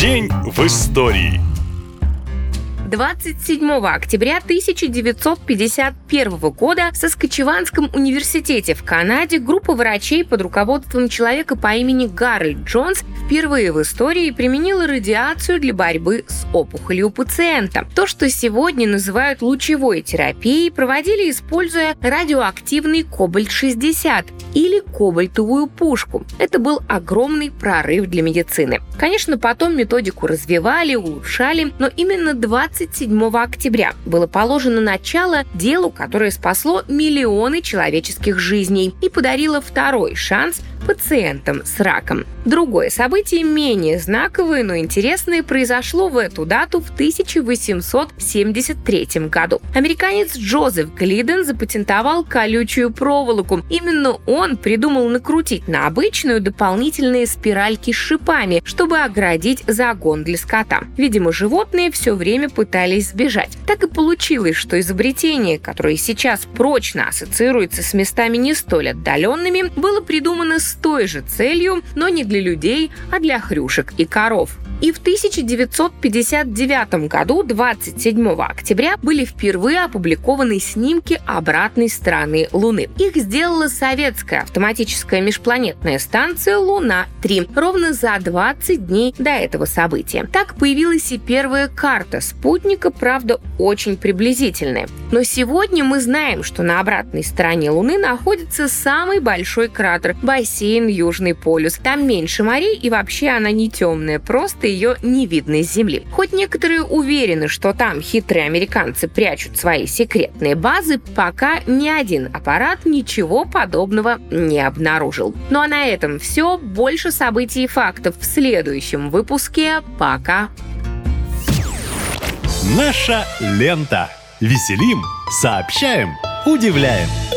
День в истории. 27 октября 1951 года в Саскачеванском университете в Канаде группа врачей под руководством человека по имени Гарольд Джонс впервые в истории применила радиацию для борьбы с опухолью пациента. То, что сегодня называют лучевой терапией, проводили, используя радиоактивный кобальт-60 или кобальтовую пушку. Это был огромный прорыв для медицины. Конечно, потом методику развивали, улучшали, но именно 27 октября было положено начало делу, которое спасло миллионы человеческих жизней и подарило второй шанс пациентам с раком. Другое событие, менее знаковое, но интересное, произошло в эту дату в 1873 году. Американец Джозеф Глиден запатентовал колючую проволоку. Именно он придумал накрутить на обычную дополнительные спиральки с шипами, чтобы оградить загон для скота. Видимо, животные все время пытались сбежать. Так и получилось, что изобретение, которое сейчас прочно ассоциируется с местами не столь отдаленными, было придумано с той же целью, но не для людей, а для хрюшек и коров. И в 1959 году, 27 октября, были впервые опубликованы снимки обратной стороны Луны. Их сделала советская автоматическая межпланетная станция «Луна-3» ровно за 20 дней до этого события. Так появилась и первая карта спутника, правда, очень приблизительная. Но сегодня мы знаем, что на обратной стороне Луны находится самый большой кратер – бассейн Южный полюс. Там меньше морей, и вообще она не темная, просто ее не видно с Земли. Хоть некоторые уверены, что там хитрые американцы прячут свои секретные базы, пока ни один аппарат ничего подобного не обнаружил. Ну а на этом все. Больше событий и фактов в следующем выпуске. Пока! Наша лента. Веселим, сообщаем, удивляем.